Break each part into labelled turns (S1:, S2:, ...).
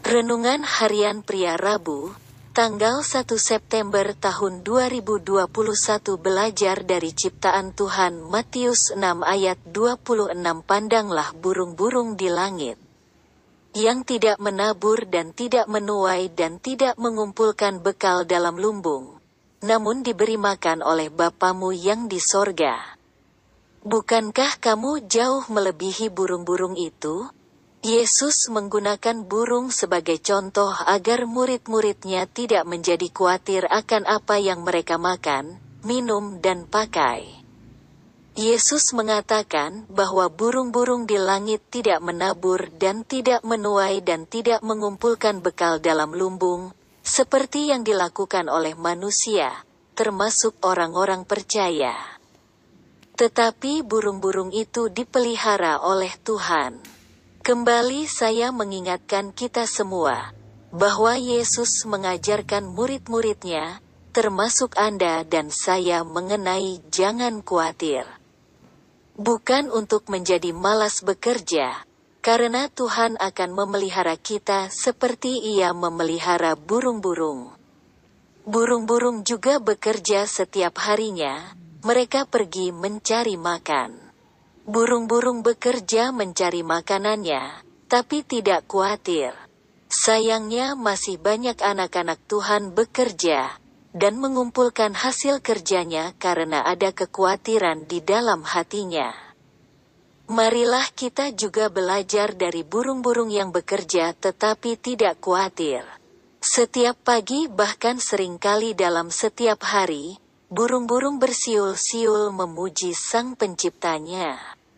S1: Renungan Harian Pria Rabu, tanggal 1 September tahun 2021 belajar dari ciptaan Tuhan Matius 6 ayat 26. Pandanglah burung-burung di langit, yang tidak menabur dan tidak menuai dan tidak mengumpulkan bekal dalam lumbung, namun diberi makan oleh Bapamu yang di sorga. Bukankah kamu jauh melebihi burung-burung itu? Yesus menggunakan burung sebagai contoh agar murid-muridnya tidak menjadi khawatir akan apa yang mereka makan, minum dan pakai. Yesus mengatakan bahwa burung-burung di langit tidak menabur dan tidak menuai dan tidak mengumpulkan bekal dalam lumbung, seperti yang dilakukan oleh manusia, termasuk orang-orang percaya. Tetapi burung-burung itu dipelihara oleh Tuhan. Kembali saya mengingatkan kita semua, bahwa Yesus mengajarkan murid-muridnya, termasuk Anda dan saya mengenai jangan khawatir. Bukan untuk menjadi malas bekerja, karena Tuhan akan memelihara kita seperti Ia memelihara burung-burung. Burung-burung juga bekerja setiap harinya, mereka pergi mencari makan. Burung-burung bekerja mencari makanannya, tapi tidak khawatir. Sayangnya masih banyak anak-anak Tuhan bekerja, dan mengumpulkan hasil kerjanya karena ada kekhawatiran di dalam hatinya. Marilah kita juga belajar dari burung-burung yang bekerja tetapi tidak khawatir. Setiap pagi bahkan seringkali dalam setiap hari, burung-burung bersiul-siul memuji Sang Penciptanya.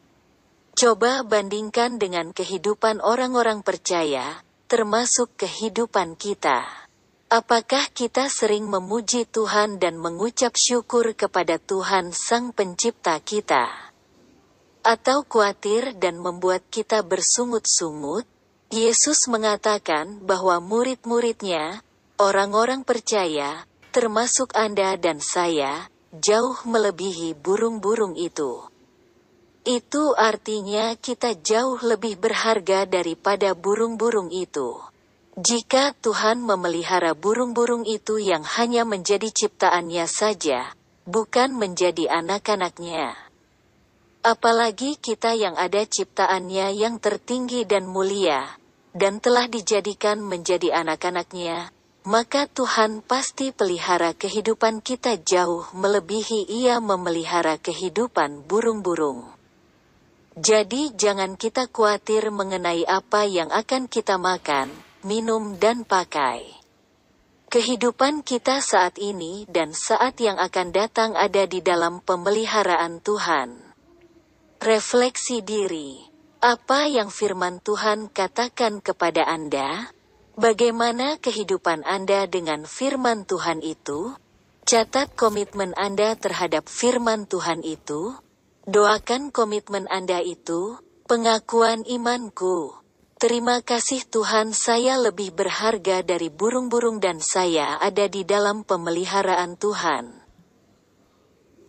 S1: Coba bandingkan dengan kehidupan orang-orang percaya, termasuk kehidupan kita. Apakah kita sering memuji Tuhan dan mengucap syukur kepada Tuhan Sang Pencipta kita? Atau khawatir dan membuat kita bersungut-sungut? Yesus mengatakan bahwa murid-muridnya, orang-orang percaya, termasuk Anda dan saya, jauh melebihi burung-burung itu. Itu artinya kita jauh lebih berharga daripada burung-burung itu. Jika Tuhan memelihara burung-burung itu yang hanya menjadi ciptaannya saja, bukan menjadi anak-anaknya. Apalagi kita yang ada ciptaannya yang tertinggi dan mulia, dan telah dijadikan menjadi anak-anaknya, maka Tuhan pasti pelihara kehidupan kita jauh melebihi Ia memelihara kehidupan burung-burung. Jadi jangan kita khawatir mengenai apa yang akan kita makan, minum dan pakai. Kehidupan kita saat ini dan saat yang akan datang ada di dalam pemeliharaan Tuhan. Refleksi diri. Apa yang firman Tuhan katakan kepada Anda? Bagaimana kehidupan Anda dengan firman Tuhan itu? Catat komitmen Anda terhadap firman Tuhan itu. Doakan komitmen Anda itu, pengakuan imanku. Terima kasih Tuhan, saya lebih berharga dari burung-burung dan saya ada di dalam pemeliharaan Tuhan.